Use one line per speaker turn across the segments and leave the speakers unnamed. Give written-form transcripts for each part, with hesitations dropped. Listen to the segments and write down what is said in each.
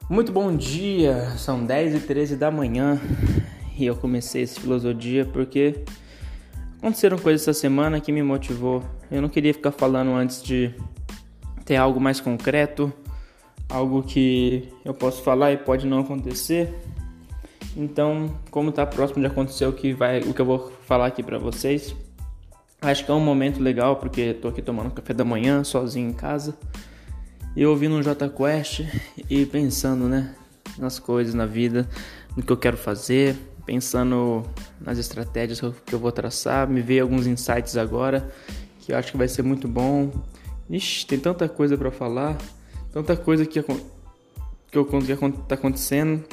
Muito bom dia, são 10h13 da manhã e eu comecei esse filosofia porque aconteceram coisas essa semana que me motivou. Eu não queria ficar falando antes de ter algo mais concreto, algo que eu posso falar e pode não acontecer. Então, como está próximo de acontecer o que eu vou falar aqui para vocês, acho que é um momento legal porque estou aqui tomando café da manhã sozinho em casa. E eu ouvindo um Jota Quest e pensando, nas coisas, na vida, no que eu quero fazer, pensando nas estratégias que eu vou traçar, me veio alguns insights agora, que eu acho que vai ser muito bom. Ixi, tem tanta coisa pra falar, tanta coisa que tá acontecendo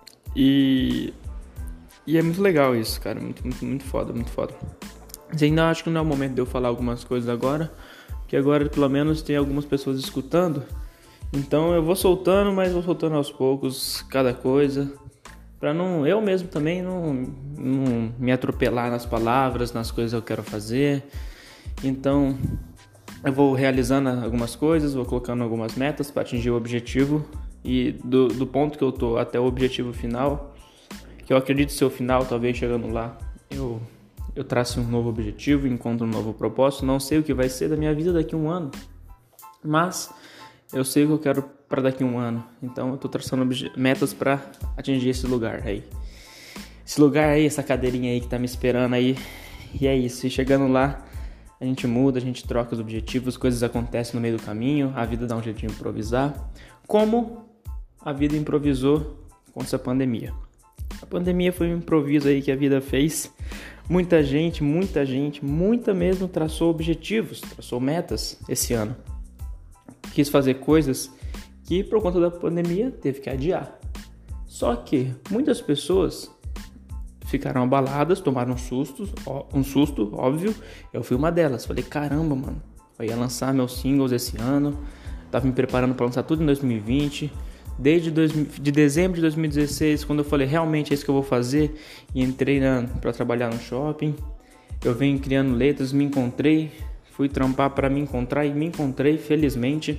e é muito legal isso, cara, muito foda, muito foda. Mas ainda acho que não é o momento de eu falar algumas coisas agora, que agora pelo menos tem algumas pessoas escutando, então eu vou soltando, mas vou soltando aos poucos cada coisa, pra eu mesmo também não me atropelar nas palavras, nas coisas que eu quero fazer. Então eu vou realizando algumas coisas, vou colocando algumas metas para atingir o objetivo, e do ponto que eu tô até o objetivo final, que eu acredito ser o final, talvez chegando lá eu traço um novo objetivo, encontro um novo propósito. Não sei o que vai ser da minha vida daqui a um ano, mas eu sei o que eu quero para daqui a um ano. Então eu tô traçando metas para atingir esse lugar aí. Esse lugar aí, essa cadeirinha aí que tá me esperando aí. E é isso, e chegando lá, a gente muda, a gente troca os objetivos, coisas acontecem no meio do caminho, a vida dá um jeito de improvisar, como a vida improvisou com essa pandemia. A pandemia foi um improviso aí que a vida fez. Muita gente, muita mesmo traçou objetivos, traçou metas esse ano. Quis fazer coisas que por conta da pandemia teve que adiar. Só que muitas pessoas ficaram abaladas, tomaram um susto, óbvio. Eu fui uma delas. Falei, caramba, mano, eu ia lançar meus singles esse ano. Tava me preparando para lançar tudo em 2020. Desde de dezembro de 2016, quando eu falei, realmente é isso que eu vou fazer, e entrei para trabalhar no shopping, eu venho criando letras, me encontrei, fui trampar para me encontrar e me encontrei, felizmente.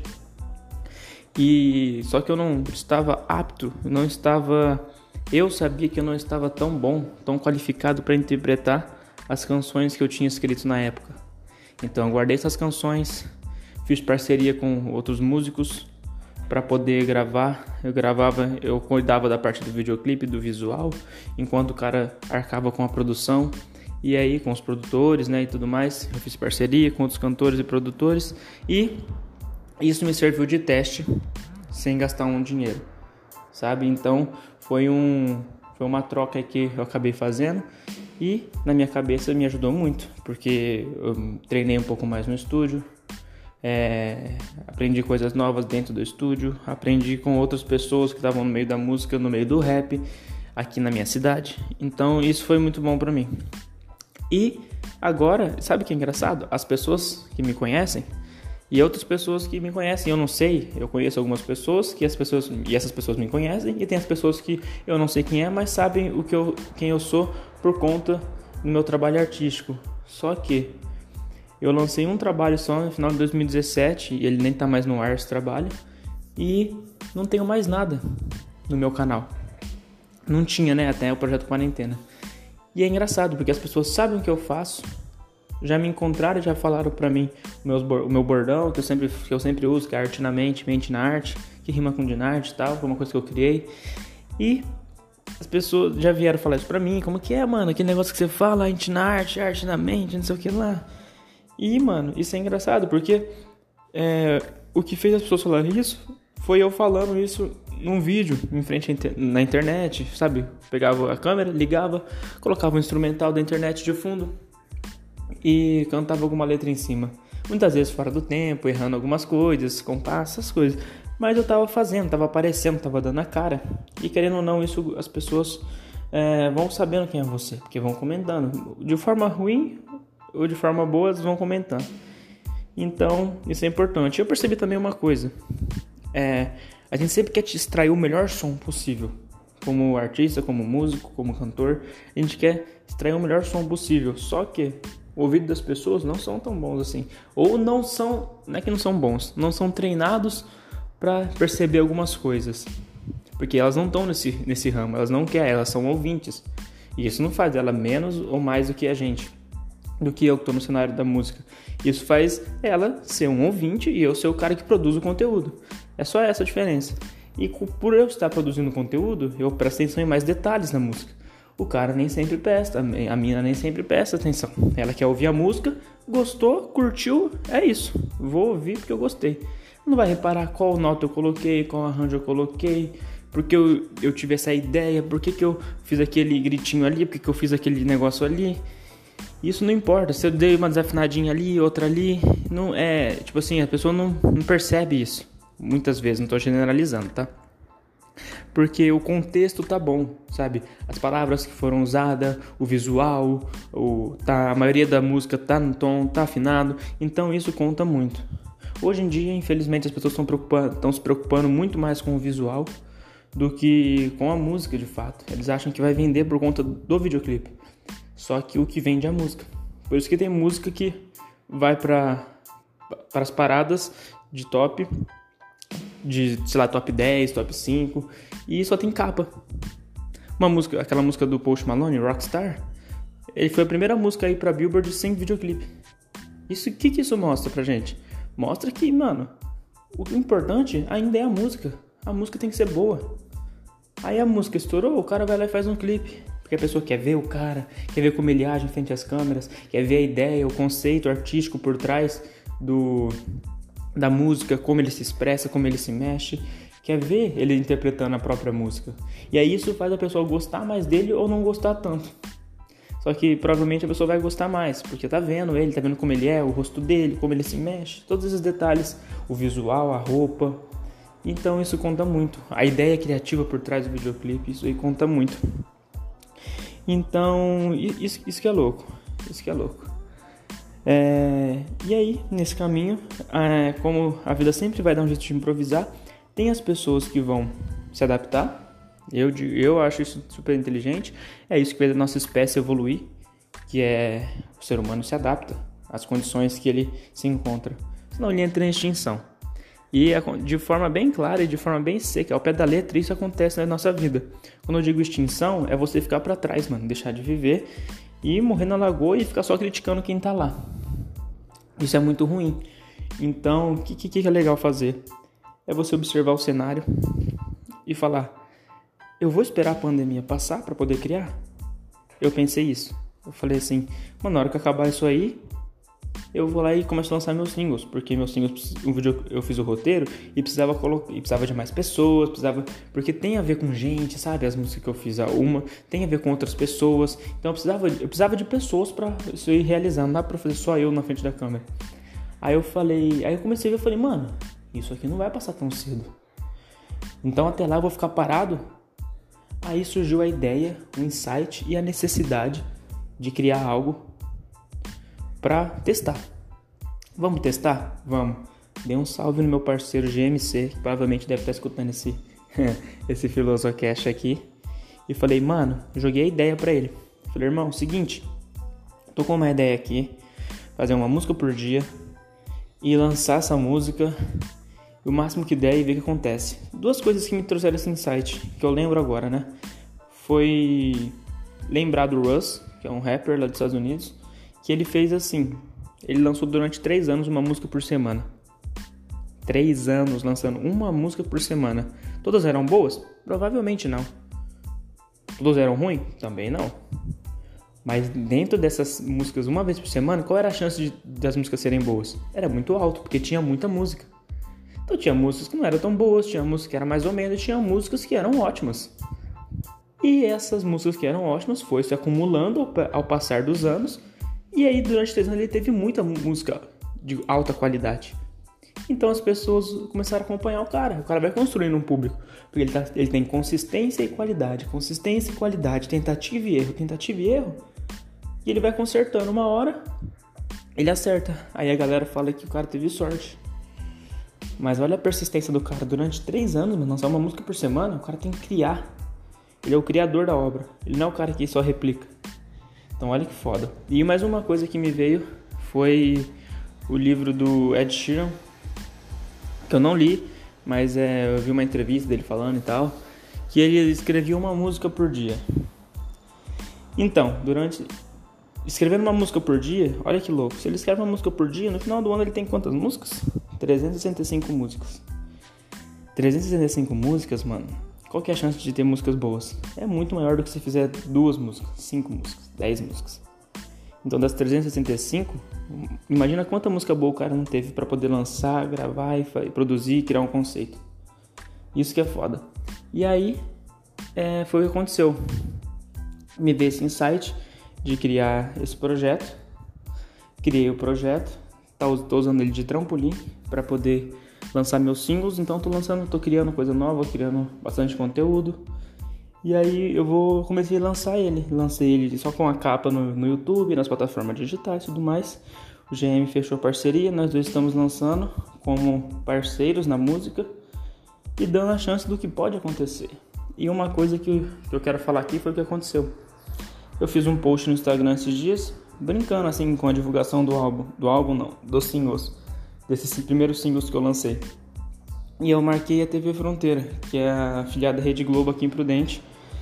E só que eu não estava apto, eu sabia que eu não estava tão bom, tão qualificado para interpretar as canções que eu tinha escrito na época. Então eu guardei essas canções, fiz parceria com outros músicos para poder gravar. Eu cuidava da parte do videoclipe, do visual, enquanto o cara arcava com a produção, e aí com os produtores, e tudo mais. Eu fiz parceria com outros cantores e produtores, e isso me serviu de teste, sem gastar um dinheiro, sabe? Então foi uma troca que eu acabei fazendo, e na minha cabeça me ajudou muito, porque eu treinei um pouco mais no estúdio, aprendi coisas novas dentro do estúdio, aprendi com outras pessoas que estavam no meio da música, no meio do rap, aqui na minha cidade. Então isso foi muito bom pra mim. E agora, sabe o que é engraçado? As pessoas que me conhecem e outras pessoas que me conhecem, eu não sei, eu conheço algumas pessoas e essas pessoas me conhecem, e tem as pessoas que eu não sei quem é, mas sabem quem eu sou por conta do meu trabalho artístico. Só que eu lancei um trabalho só no final de 2017, e ele nem tá mais no ar, esse trabalho, e não tenho mais nada no meu canal. Não tinha, até o Projeto Quarentena. E é engraçado, porque as pessoas sabem o que eu faço, já me encontraram, já falaram pra mim o meu bordão, que eu sempre uso, que é arte na mente, mente na arte, que rima com dinarte e tal, foi uma coisa que eu criei. E as pessoas já vieram falar isso pra mim, como que é, mano, aquele negócio que você fala, arte na arte na mente, não sei o que lá. E, mano, isso é engraçado, porque o que fez as pessoas falarem isso foi eu falando isso num vídeo em frente na internet, sabe? Pegava a câmera, ligava, colocava um instrumental da internet de fundo e cantava alguma letra em cima. Muitas vezes fora do tempo, errando algumas coisas, compasso, essas coisas. Mas eu tava fazendo, tava aparecendo, tava dando a cara. E querendo ou não, isso as pessoas vão sabendo quem é você, porque vão comentando. De forma ruim ou de forma boa, eles vão comentando. Então, isso é importante. Eu percebi também uma coisa. A gente sempre quer te extrair o melhor som possível. Como artista, como músico, como cantor, a gente quer extrair o melhor som possível. Só que o ouvido das pessoas não são tão bons assim. Ou não é que não são bons, não são treinados para perceber algumas coisas. Porque elas não estão nesse ramo, elas não querem, elas são ouvintes. E isso não faz ela menos ou mais do que a gente, do que eu que estou no cenário da música. Isso faz ela ser um ouvinte e eu ser o cara que produz o conteúdo. É só essa a diferença. E por eu estar produzindo conteúdo, eu presto atenção em mais detalhes na música. O cara nem sempre presta, a mina nem sempre presta atenção. Ela quer ouvir a música, gostou, curtiu, é isso. Vou ouvir porque eu gostei. Não vai reparar qual nota eu coloquei, qual arranjo eu coloquei, porque eu tive essa ideia, por que eu fiz aquele gritinho ali, por que eu fiz aquele negócio ali. Isso não importa, se eu dei uma desafinadinha ali, outra ali, não é, tipo assim, a pessoa não percebe isso. Muitas vezes, não tô generalizando, tá? Porque o contexto tá bom, sabe? As palavras que foram usadas, o visual, a maioria da música tá no tom, tá afinado, então isso conta muito. Hoje em dia, infelizmente, as pessoas estão se preocupando muito mais com o visual do que com a música, de fato. Eles acham que vai vender por conta do videoclipe. Só que o que vende é a música. Por isso que tem música que vai para as paradas de top, sei lá, top 10, top 5, e só tem capa. Aquela música do Post Malone, Rockstar, ele foi a primeira música aí pra Billboard sem videoclipe. O que isso mostra pra gente? Mostra que, mano, o importante ainda é a música. A música tem que ser boa. Aí a música estourou, o cara vai lá e faz um clipe. Porque a pessoa quer ver o cara, quer ver como ele age em frente às câmeras, quer ver a ideia, o conceito artístico por trás da música, como ele se expressa, como ele se mexe. Quer ver ele interpretando a própria música. E aí isso faz a pessoa gostar mais dele ou não gostar tanto. Só que provavelmente a pessoa vai gostar mais, porque tá vendo ele, tá vendo como ele é, o rosto dele, como ele se mexe, todos esses detalhes, o visual, a roupa. Então isso conta muito. A ideia criativa por trás do videoclipe, isso aí conta muito. Então, isso que é louco. Isso que é louco. E aí, nesse caminho, como a vida sempre vai dar um jeito de improvisar, tem as pessoas que vão se adaptar. Eu acho isso super inteligente. É isso que fez a nossa espécie evoluir, que é o ser humano se adapta às condições que ele se encontra. Senão ele entra em extinção. E de forma bem clara e de forma bem seca, ao pé da letra, isso acontece na nossa vida. Quando eu digo extinção, é você ficar pra trás, mano, deixar de viver e morrer na lagoa e ficar só criticando quem tá lá. Isso é muito ruim. Então, o que é legal fazer? É você observar o cenário e falar: eu vou esperar a pandemia passar pra poder criar? Eu pensei isso. Eu falei assim, mano, na hora que acabar isso aí, eu vou lá e começo a lançar meus singles, porque meus singles, eu fiz o roteiro e precisava de mais pessoas, porque tem a ver com gente, sabe? As músicas que eu fiz, tem a ver com outras pessoas, então eu precisava de pessoas pra isso ir realizando, não dá pra fazer só eu na frente da câmera. Aí eu comecei a ver, falei, mano, isso aqui não vai passar tão cedo, então até lá eu vou ficar parado. Aí surgiu a ideia, o insight e a necessidade de criar algo pra testar. Vamos testar? Vamos. Dei um salve no meu parceiro GMC, que provavelmente deve estar escutando esse Filosocast aqui. E falei, mano, joguei a ideia pra ele. Falei, irmão, seguinte, tô com uma ideia aqui, fazer uma música por dia e lançar essa música o máximo que der e ver o que acontece. Duas coisas que me trouxeram esse insight, que eu lembro agora, né? Foi lembrar do Russ, que é um rapper lá dos Estados Unidos, que ele fez assim, ele lançou durante 3 anos uma música por semana. 3 anos lançando uma música por semana. Todas eram boas? Provavelmente não. Todas eram ruins? Também não. Mas dentro dessas músicas uma vez por semana, qual era a chance das músicas serem boas? Era muito alto, porque tinha muita música. Então tinha músicas que não eram tão boas, tinha músicas que eram mais ou menos, tinha músicas que eram ótimas. E essas músicas que eram ótimas foi se acumulando ao passar dos anos. E aí durante 3 anos ele teve muita música de alta qualidade. Então as pessoas começaram a acompanhar o cara vai construindo um público. Porque ele tem consistência e qualidade, tentativa e erro. E ele vai consertando, uma hora ele acerta. Aí a galera fala que o cara teve sorte. Mas olha a persistência do cara. Durante 3 anos, mano, lançar uma música por semana, o cara tem que criar. Ele é o criador da obra. Ele não é o cara que só replica. Então olha que foda. E mais uma coisa que me veio foi o livro do Ed Sheeran, que eu não li, mas eu vi uma entrevista dele falando e tal. que ele escrevia uma música por dia. Então, escrevendo uma música por dia, olha que louco, se ele escreve uma música por dia, no final do ano ele tem quantas músicas? 365 músicas. 365 músicas, mano, qual que é a chance de ter músicas boas? É muito maior do que se fizer 2 músicas, 5 músicas, 10 músicas. Então das 365, imagina quanta música boa o cara não teve pra poder lançar, gravar e produzir e criar um conceito. Isso que é foda. E aí, foi o que aconteceu. Me veio esse insight de criar esse projeto. Criei o projeto, tô usando ele de trampolim para poder lançar meus singles. Então tô criando coisa nova, criando bastante conteúdo. E aí comecei a lançar ele. Lancei ele só com a capa no YouTube, nas plataformas digitais e tudo mais. O GM fechou parceria, nós dois estamos lançando como parceiros na música e dando a chance do que pode acontecer. E uma coisa que eu quero falar aqui foi o que aconteceu. Eu fiz um post no Instagram esses dias, brincando assim com a divulgação dos singles, desses primeiros singles que eu lancei. E eu marquei a TV Fronteira, que é a afiliada da Rede Globo aqui em Prudente,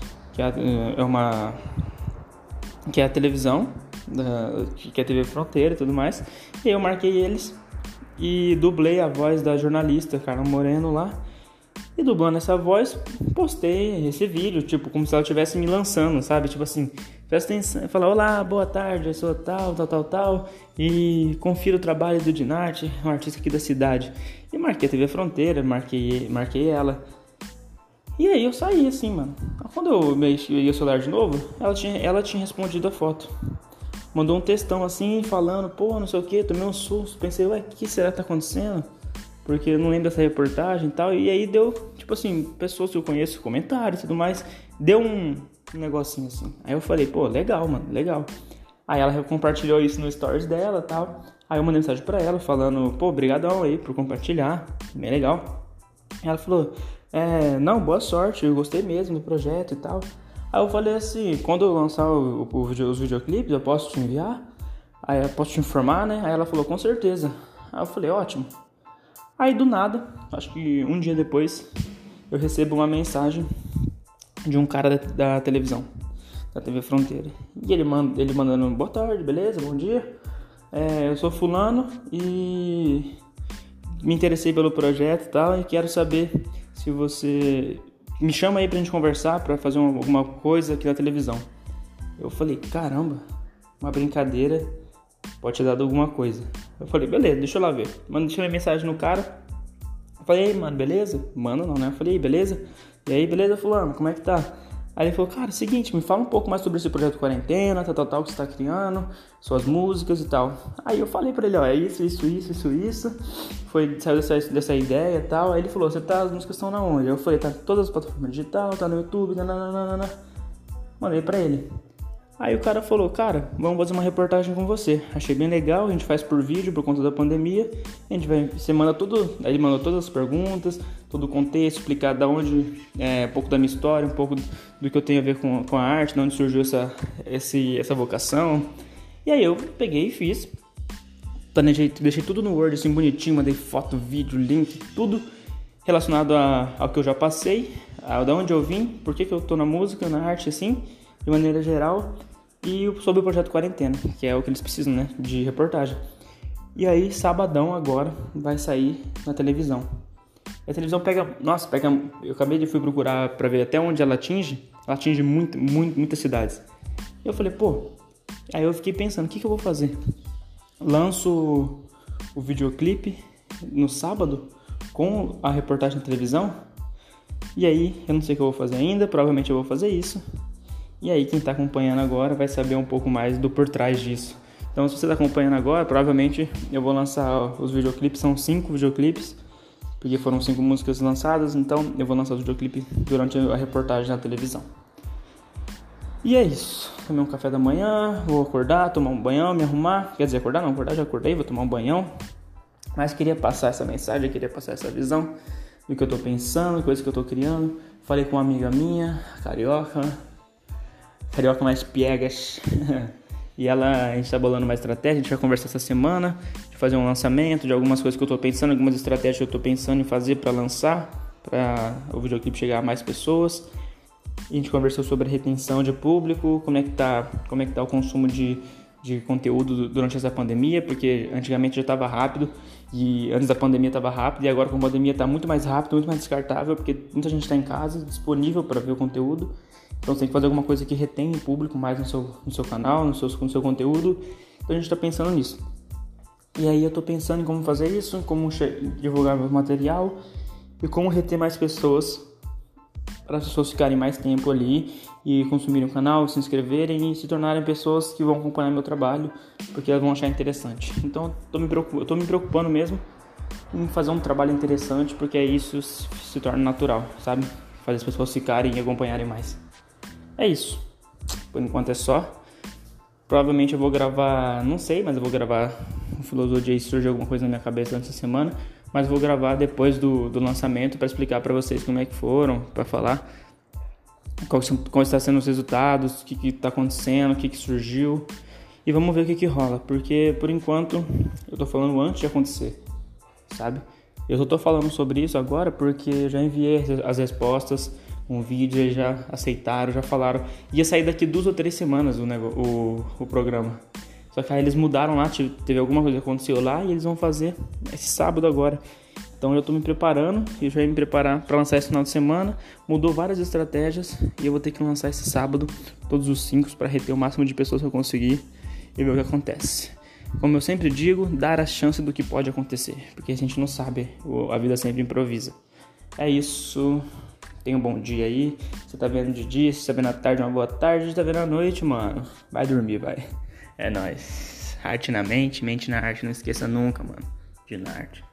que é a televisão, que é a TV Fronteira e tudo mais. E aí eu marquei eles e dublei a voz da jornalista Carla Moreno lá. E dublando essa voz, postei esse vídeo, tipo, como se ela estivesse me lançando, sabe? Tipo assim, presta atenção, fala, olá, boa tarde, eu sou tal, e confira o trabalho do Dinarte, um artista aqui da cidade. E marquei a TV Fronteira, marquei ela. E aí eu saí assim, mano. Quando eu mexi o celular de novo, ela tinha respondido a foto. Mandou um textão assim, falando, pô, não sei o que, tomei um susto. Pensei, ué, o que será que tá acontecendo? Porque eu não lembro dessa reportagem e tal. E aí deu, tipo assim, pessoas que eu conheço, comentários e tudo mais. Deu um negocinho assim. Aí eu falei, pô, legal, mano, legal. Aí ela compartilhou isso no stories dela e tal. Aí eu mandei mensagem pra ela falando, pô, brigadão aí por compartilhar, bem legal. Aí ela falou, não, boa sorte, eu gostei mesmo do projeto e tal. Aí eu falei assim, quando eu lançar os videoclipes, eu posso te enviar? Aí eu posso te informar, né? Aí ela falou, com certeza. Aí eu falei, ótimo. Aí do nada, acho que um dia depois, eu recebo uma mensagem de um cara da televisão, da TV Fronteira. E ele mandando, boa tarde, beleza, bom dia. Eu sou fulano e me interessei pelo projeto e tal, e quero saber se você me chama aí pra gente conversar, pra fazer alguma coisa aqui na televisão. Eu falei, caramba, uma brincadeira pode ter dado alguma coisa. Eu falei, beleza, deixa eu lá ver. Deixei minha mensagem no cara. Eu falei, ei, mano, beleza? Mano, não, né? Eu falei, beleza? E aí, beleza, fulano, como é que tá? Aí ele falou, cara, seguinte, me fala um pouco mais sobre esse projeto Quarentena, tal, que você tá criando, suas músicas e tal. Aí eu falei pra ele, ó, é isso. Saiu dessa ideia e tal. Aí ele falou, as músicas estão na onde? Eu falei, tá em todas as plataformas digitais, tá no YouTube, nananana. Mandei pra ele. Aí o cara falou, cara, vamos fazer uma reportagem com você. Achei bem legal, a gente faz por vídeo por conta da pandemia. Você manda tudo, aí ele mandou todas as perguntas, todo o contexto, explicar da onde, um pouco da minha história, um pouco do que eu tenho a ver com a arte, de onde surgiu essa vocação. E aí eu peguei e fiz. Deixei tudo no Word assim bonitinho, mandei foto, vídeo, link, tudo relacionado ao que eu já passei, da onde eu vim, por que eu tô na música, na arte assim, de maneira geral. E sobre o projeto Quarentena, que é o que eles precisam, né, de reportagem. E aí, sabadão agora, vai sair na televisão. E a televisão eu fui procurar pra ver até onde ela atinge muitas cidades. E eu falei, pô, aí eu fiquei pensando, o que eu vou fazer? Lanço o videoclipe no sábado com a reportagem na televisão? E aí, eu não sei o que eu vou fazer ainda, provavelmente eu vou fazer isso. E aí, quem está acompanhando agora vai saber um pouco mais do por trás disso. Então, se você está acompanhando agora, provavelmente eu vou lançar os videoclipes, são 5 videoclipes, porque foram 5 músicas lançadas, então eu vou lançar os videoclipes durante a reportagem na televisão. E é isso. Tomei um café da manhã, vou acordar, tomar um banhão, me arrumar. Quer dizer, acordar, já acordei, vou tomar um banhão. Mas queria passar essa mensagem, queria passar essa visão do que eu estou pensando, coisas que eu estou criando. Falei com uma amiga minha, carioca mais piegas. E a gente tá bolando uma estratégia, a gente vai conversar essa semana, de fazer um lançamento, de algumas coisas que eu tô pensando, algumas estratégias que eu tô pensando em fazer para lançar, para o videoclipe chegar a mais pessoas. A gente conversou sobre a retenção de público, como é que tá o consumo de conteúdo durante essa pandemia, porque antigamente já estava rápido, e antes da pandemia estava rápido, e agora com a pandemia está muito mais rápido, muito mais descartável, porque muita gente está em casa, disponível para ver o conteúdo. Então você tem que fazer alguma coisa que retém o público mais no seu canal, no seu conteúdo. Então a gente está pensando nisso. E aí eu estou pensando em como fazer isso, como divulgar meu material e como reter mais pessoas, para as pessoas ficarem mais tempo ali e consumirem o canal, se inscreverem e se tornarem pessoas que vão acompanhar meu trabalho, porque elas vão achar interessante. Então eu tô me preocupando mesmo em fazer um trabalho interessante, porque aí isso se torna natural, sabe? Fazer as pessoas ficarem e acompanharem mais. É isso. Por enquanto é só. Provavelmente eu vou gravar, não sei, mas eu vou gravar o Filosofia, se surge alguma coisa na minha cabeça nessa semana, mas vou gravar depois do lançamento para explicar para vocês como é que foram, para falar como está sendo os resultados, o que está acontecendo, o que surgiu, e vamos ver o que rola, porque por enquanto eu tô falando antes de acontecer, sabe? Eu só tô falando sobre isso agora porque eu já enviei as respostas, um vídeo, eles já aceitaram, já falaram. Ia sair daqui 2 ou 3 semanas o programa. Só que aí eles mudaram lá, teve alguma coisa que aconteceu lá e eles vão fazer esse sábado agora. Então eu tô me preparando, eu já ia me preparar para lançar esse final de semana. Mudou várias estratégias e eu vou ter que lançar esse sábado todos os 5 para reter o máximo de pessoas que eu conseguir e ver o que acontece. Como eu sempre digo, dar a chance do que pode acontecer, porque a gente não sabe, a vida sempre improvisa. É isso. Tenha um bom dia aí. Você tá vendo de dia, se tá vendo à tarde, uma boa tarde. Se tá vendo à noite, mano, vai dormir, vai. É nóis. Arte na mente, mente na arte. Não esqueça nunca, mano, de na arte.